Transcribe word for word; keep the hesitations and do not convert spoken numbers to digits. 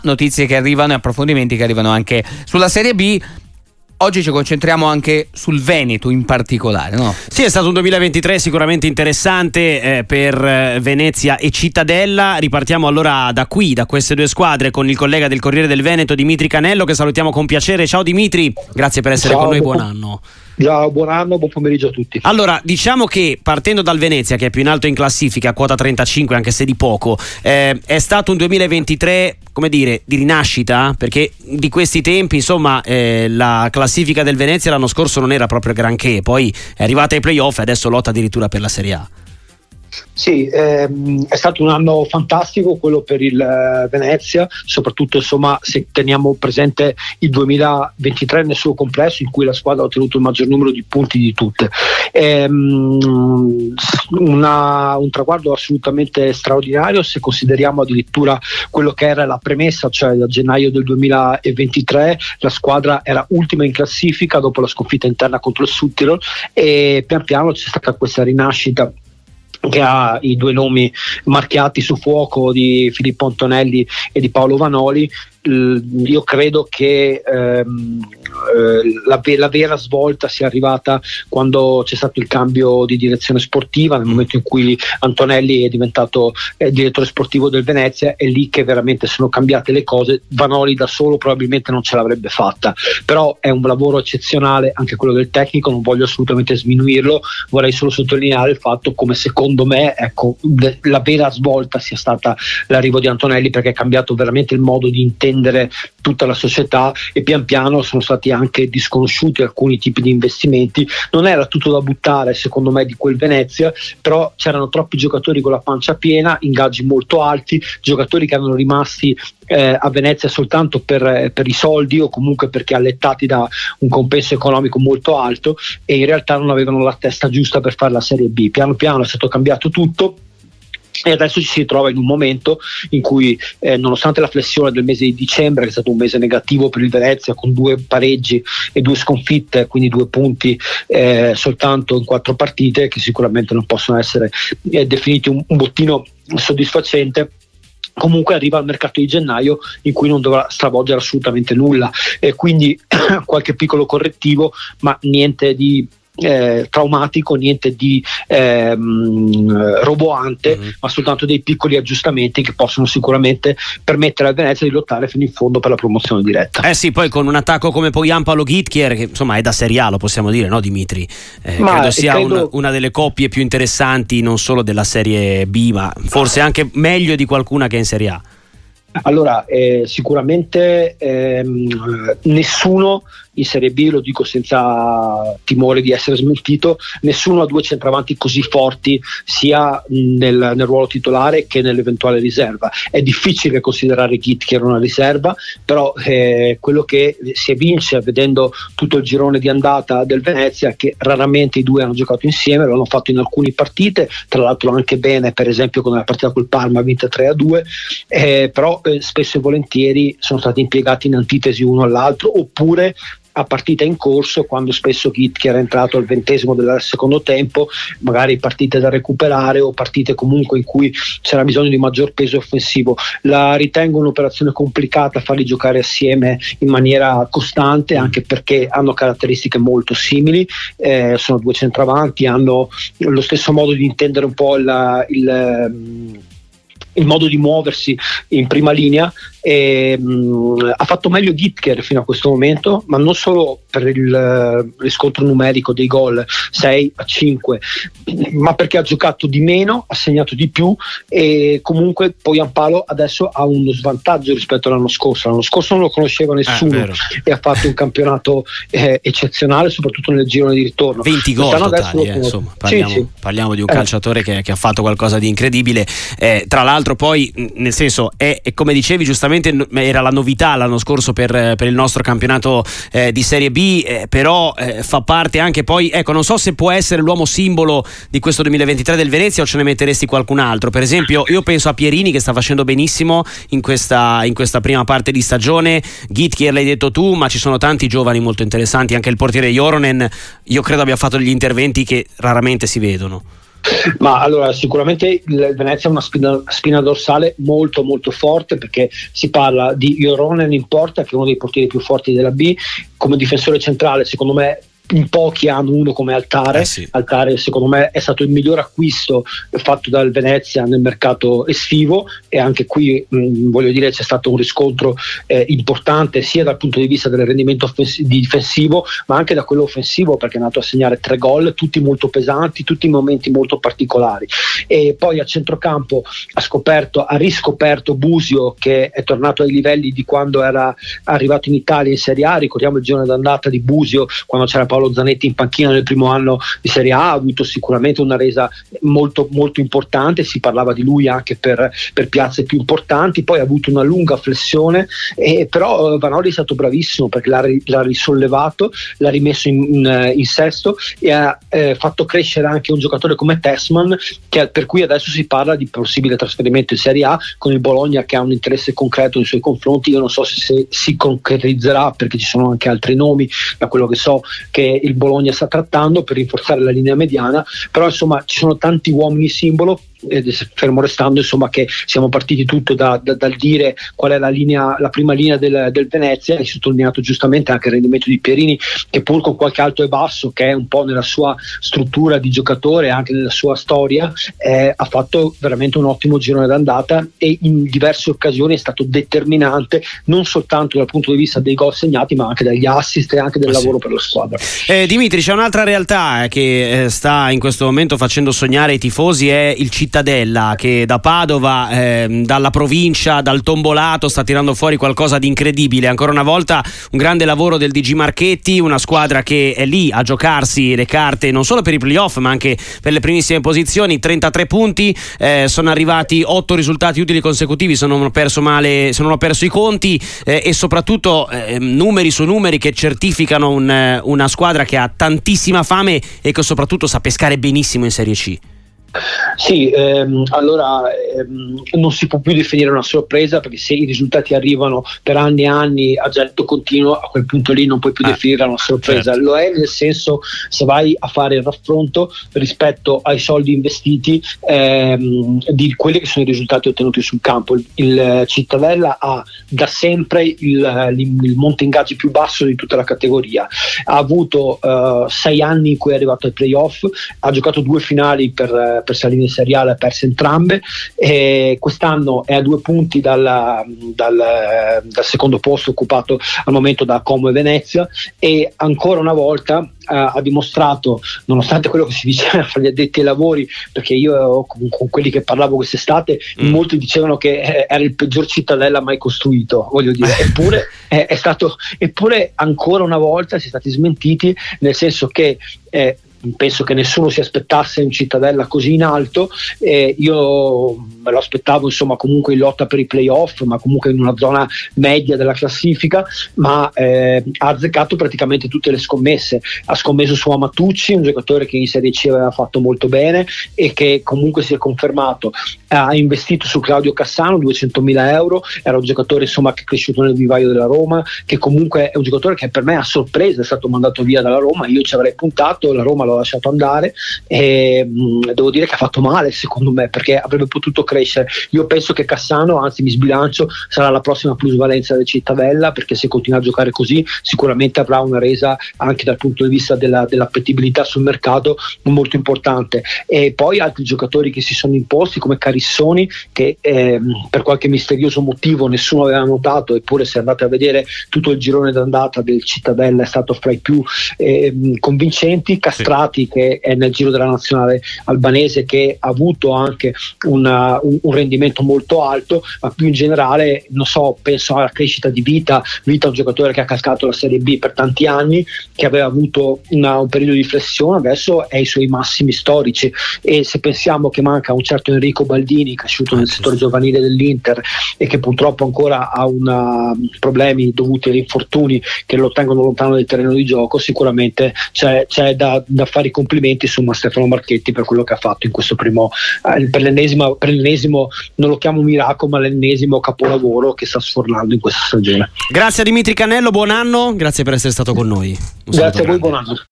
notizie che arrivano e approfondimenti che arrivano anche sulla Serie B. Oggi ci concentriamo anche sul Veneto in particolare, no? Sì, è stato un duemilaventitré sicuramente interessante eh, per Venezia e Cittadella. Ripartiamo allora da qui, da queste due squadre, con il collega del Corriere del Veneto Dimitri Canello, che salutiamo con piacere. Ciao Dimitri, grazie per essere Ciao, con noi, buon, buon anno. Ciao, buon anno, buon pomeriggio a tutti. Allora, diciamo che partendo dal Venezia, che è più in alto in classifica, a quota trentacinque, anche se di poco, eh, è stato un duemilaventitré, come dire, di rinascita, perché di questi tempi, insomma, eh, la classifica del Venezia l'anno scorso non era proprio granché, poi è arrivata ai playoff e adesso lotta addirittura per la Serie A. Sì, ehm, è stato un anno fantastico quello per il eh, Venezia, soprattutto insomma se teniamo presente il duemilaventitré nel suo complesso, in cui la squadra ha ottenuto il maggior numero di punti di tutte. Ehm, una, un traguardo assolutamente straordinario se consideriamo addirittura quello che era la premessa, cioè da gennaio del duemilaventitré la squadra era ultima in classifica dopo la sconfitta interna contro il Südtirol, e pian piano c'è stata questa rinascita che ha i due nomi marchiati su fuoco di Filippo Antonelli e di Paolo Vanoli. Io credo che ehm, la, la vera svolta sia arrivata quando c'è stato il cambio di direzione sportiva, nel momento in cui Antonelli è diventato eh, direttore sportivo del Venezia. È lì che veramente sono cambiate le cose. Vanoli da solo probabilmente non ce l'avrebbe fatta, però è un lavoro eccezionale anche quello del tecnico, non voglio assolutamente sminuirlo, vorrei solo sottolineare il fatto come secondo me, ecco, de- la vera svolta sia stata l'arrivo di Antonelli, perché ha cambiato veramente il modo di intendere tutta la società, e pian piano sono stati anche disconosciuti alcuni tipi di investimenti. Non era tutto da buttare secondo me di quel Venezia, però c'erano troppi giocatori con la pancia piena, ingaggi molto alti, giocatori che erano rimasti eh, a Venezia soltanto per, per i soldi, o comunque perché allettati da un compenso economico molto alto, e in realtà non avevano la testa giusta per fare la Serie B. Piano piano è stato cambiato tutto, e adesso ci si trova in un momento in cui eh, nonostante la flessione del mese di dicembre, che è stato un mese negativo per il Venezia con due pareggi e due sconfitte, quindi due punti eh, soltanto in quattro partite, che sicuramente non possono essere eh, definiti un, un bottino soddisfacente, comunque arriva al mercato di gennaio in cui non dovrà stravolgere assolutamente nulla, e quindi qualche piccolo correttivo, ma niente di Eh, traumatico, niente di ehm, roboante, mm-hmm. ma soltanto dei piccoli aggiustamenti che possono sicuramente permettere al Venezia di lottare fino in fondo per la promozione diretta. Eh sì, poi con un attacco come Poyampalo Gitkier, che insomma è da Serie A, lo possiamo dire, no Dimitri? Eh, ma credo sia credo... Una, una delle coppie più interessanti non solo della Serie B, ma forse anche meglio di qualcuna che è in Serie A. Allora, eh, sicuramente ehm, nessuno in Serie B, lo dico senza timore di essere smentito, nessuno ha due centravanti così forti sia nel, nel ruolo titolare che nell'eventuale riserva. È difficile considerare Gitkier una riserva, però eh, quello che si evince vedendo tutto il girone di andata del Venezia è che raramente i due hanno giocato insieme, lo hanno fatto in alcune partite, tra l'altro anche bene, per esempio con la partita col Parma vinta tre a due, eh, però eh, spesso e volentieri sono stati impiegati in antitesi uno all'altro, oppure a partita in corso, quando spesso Gitkier è entrato al ventesimo del secondo tempo, magari partite da recuperare o partite comunque in cui c'era bisogno di maggior peso offensivo. La ritengo un'operazione complicata farli giocare assieme in maniera costante, anche perché hanno caratteristiche molto simili, eh, sono due centravanti, hanno lo stesso modo di intendere un po' il, il il modo di muoversi in prima linea, e mh, ha fatto meglio Gitkier fino a questo momento, ma non solo per il riscontro numerico dei gol sei a cinque, ma perché ha giocato di meno, ha segnato di più, e comunque Poyampalo adesso ha uno svantaggio rispetto all'anno scorso. L'anno scorso non lo conosceva nessuno, eh, e ha fatto un campionato eh, eccezionale, soprattutto nel girone di ritorno. venti gol totali, eh, insomma, parliamo, sì, sì. parliamo di un calciatore eh. che, che ha fatto qualcosa di incredibile, eh, tra l'altro poi nel senso è, è come dicevi giustamente, era la novità l'anno scorso per, per il nostro campionato eh, di Serie B, eh, però eh, fa parte anche poi, ecco, non so se può essere l'uomo simbolo di questo duemilaventitré del Venezia, o ce ne metteresti qualcun altro. Per esempio io penso a Pierini, che sta facendo benissimo in questa, in questa prima parte di stagione. Gitkier l'hai detto tu, ma ci sono tanti giovani molto interessanti, anche il portiere Joronen io credo abbia fatto degli interventi che raramente si vedono. Ma allora sicuramente il Venezia ha una spina, spina dorsale molto molto forte, perché si parla di Joronen in porta, che è uno dei portieri più forti della B, come difensore centrale secondo me in pochi hanno uno come Altare. Eh sì. Altare secondo me è stato il miglior acquisto fatto dal Venezia nel mercato estivo, e anche qui mh, voglio dire c'è stato un riscontro eh, importante sia dal punto di vista del rendimento offens- difensivo, ma anche da quello offensivo, perché è andato a segnare tre gol, tutti molto pesanti, tutti in momenti molto particolari. E poi a centrocampo ha scoperto, ha riscoperto Busio, che è tornato ai livelli di quando era arrivato in Italia in Serie A. Ricordiamo il giorno d'andata di Busio quando c'era Paolo Zanetti in panchina nel primo anno di Serie A, ha avuto sicuramente una resa molto molto importante, si parlava di lui anche per, per piazze più importanti. Poi ha avuto una lunga flessione, eh, però Vanoli è stato bravissimo, perché l'ha, l'ha risollevato, l'ha rimesso in, in, in sesto, e ha eh, fatto crescere anche un giocatore come Tessman, che, per cui adesso si parla di possibile trasferimento in Serie A, con il Bologna che ha un interesse concreto nei suoi confronti. Io non so se, se si concretizzerà, perché ci sono anche altri nomi, da quello che so, che il Bologna sta trattando per rinforzare la linea mediana, però insomma ci sono tanti uomini simbolo, ed fermo restando insomma che siamo partiti tutto da, da, dal dire qual è la linea, la prima linea del, del Venezia. Hai sottolineato giustamente anche il rendimento di Pierini, che pur con qualche alto e basso, che è un po' nella sua struttura di giocatore, anche nella sua storia, eh, ha fatto veramente un ottimo girone d'andata, e in diverse occasioni è stato determinante, non soltanto dal punto di vista dei gol segnati, ma anche dagli assist e anche del ah, lavoro sì. per la squadra. eh, Dimitri, c'è un'altra realtà che eh, sta in questo momento facendo sognare i tifosi, è il Cittadella, che da Padova, eh, dalla provincia, dal tombolato sta tirando fuori qualcosa di incredibile. Ancora una volta un grande lavoro del D G Marchetti, una squadra che è lì a giocarsi le carte non solo per i playoff ma anche per le primissime posizioni. Trentatré punti, eh, sono arrivati otto risultati utili consecutivi, se non ho perso male, se non ho perso i conti, eh, e soprattutto eh, numeri su numeri che certificano un, una squadra che ha tantissima fame e che soprattutto sa pescare benissimo in Serie C. Sì, ehm, allora ehm, non si può più definire una sorpresa, perché se i risultati arrivano per anni e anni a getto continuo, a quel punto lì non puoi più ah, definire una sorpresa. Certo. Lo è nel senso, se vai a fare il raffronto rispetto ai soldi investiti, ehm, di quelli che sono i risultati ottenuti sul campo. Il, il Cittadella ha da sempre il, il, il monte ingaggi più basso di tutta la categoria. Ha avuto uh, sei anni in cui è arrivato ai playoff, ha giocato due finali per per salire in Serie A, le ha perse entrambe, e quest'anno è a due punti dal, dal, dal secondo posto occupato al momento da Como e Venezia, e ancora una volta Uh, ha dimostrato, nonostante quello che si diceva fra gli addetti ai lavori, perché io con, con quelli che parlavo quest'estate, mm. molti dicevano che eh, era il peggior Cittadella mai costruito, voglio dire, eppure è, è stato, eppure ancora una volta si è stati smentiti, nel senso che eh, penso che nessuno si aspettasse un Cittadella così in alto, eh, io me lo aspettavo insomma comunque in lotta per i playoff, ma comunque in una zona media della classifica, ma eh, ha azzeccato praticamente tutte le scommesse. Ha scommesso su Amatucci, un giocatore che in Serie C aveva fatto molto bene e che comunque si è confermato. Ha investito su Claudio Cassano duecentomila euro, era un giocatore insomma che è cresciuto nel vivaio della Roma, che comunque è un giocatore che per me a sorpresa è stato mandato via dalla Roma. Io ci avrei puntato, la Roma l'ho lasciato andare, e mh, devo dire che ha fatto male secondo me, perché avrebbe potuto crescere. Io penso che Cassano, anzi mi sbilancio, sarà la prossima plusvalenza del Cittadella, perché se continua a giocare così sicuramente avrà una resa anche dal punto di vista della, dell'appetibilità sul mercato molto importante. E poi altri giocatori che si sono imposti come Carissoni, che eh, per qualche misterioso motivo nessuno aveva notato, eppure se andate a vedere tutto il girone d'andata del Cittadella è stato fra i più eh, convincenti. Castrati, che è nel giro della nazionale albanese, che ha avuto anche una, un, un rendimento molto alto, ma più in generale non so, penso alla crescita di Vita Vita, un giocatore che ha cascato la Serie B per tanti anni, che aveva avuto una, un periodo di flessione, adesso è ai suoi massimi storici. E se pensiamo che manca un certo Enrico Baldini, cresciuto nel settore giovanile dell'Inter e che purtroppo ancora ha una, problemi dovuti agli infortuni che lo tengono lontano dal terreno di gioco, sicuramente c'è, c'è da, da fare i complimenti insomma a Stefano Marchetti per quello che ha fatto in questo primo eh, per, l'ennesimo, per l'ennesimo, non lo chiamo miracolo, ma l'ennesimo capolavoro che sta sfornando in questa stagione. Grazie a Dimitri Cannello, buon anno, grazie per essere stato con noi. Un grazie a voi, buon anno.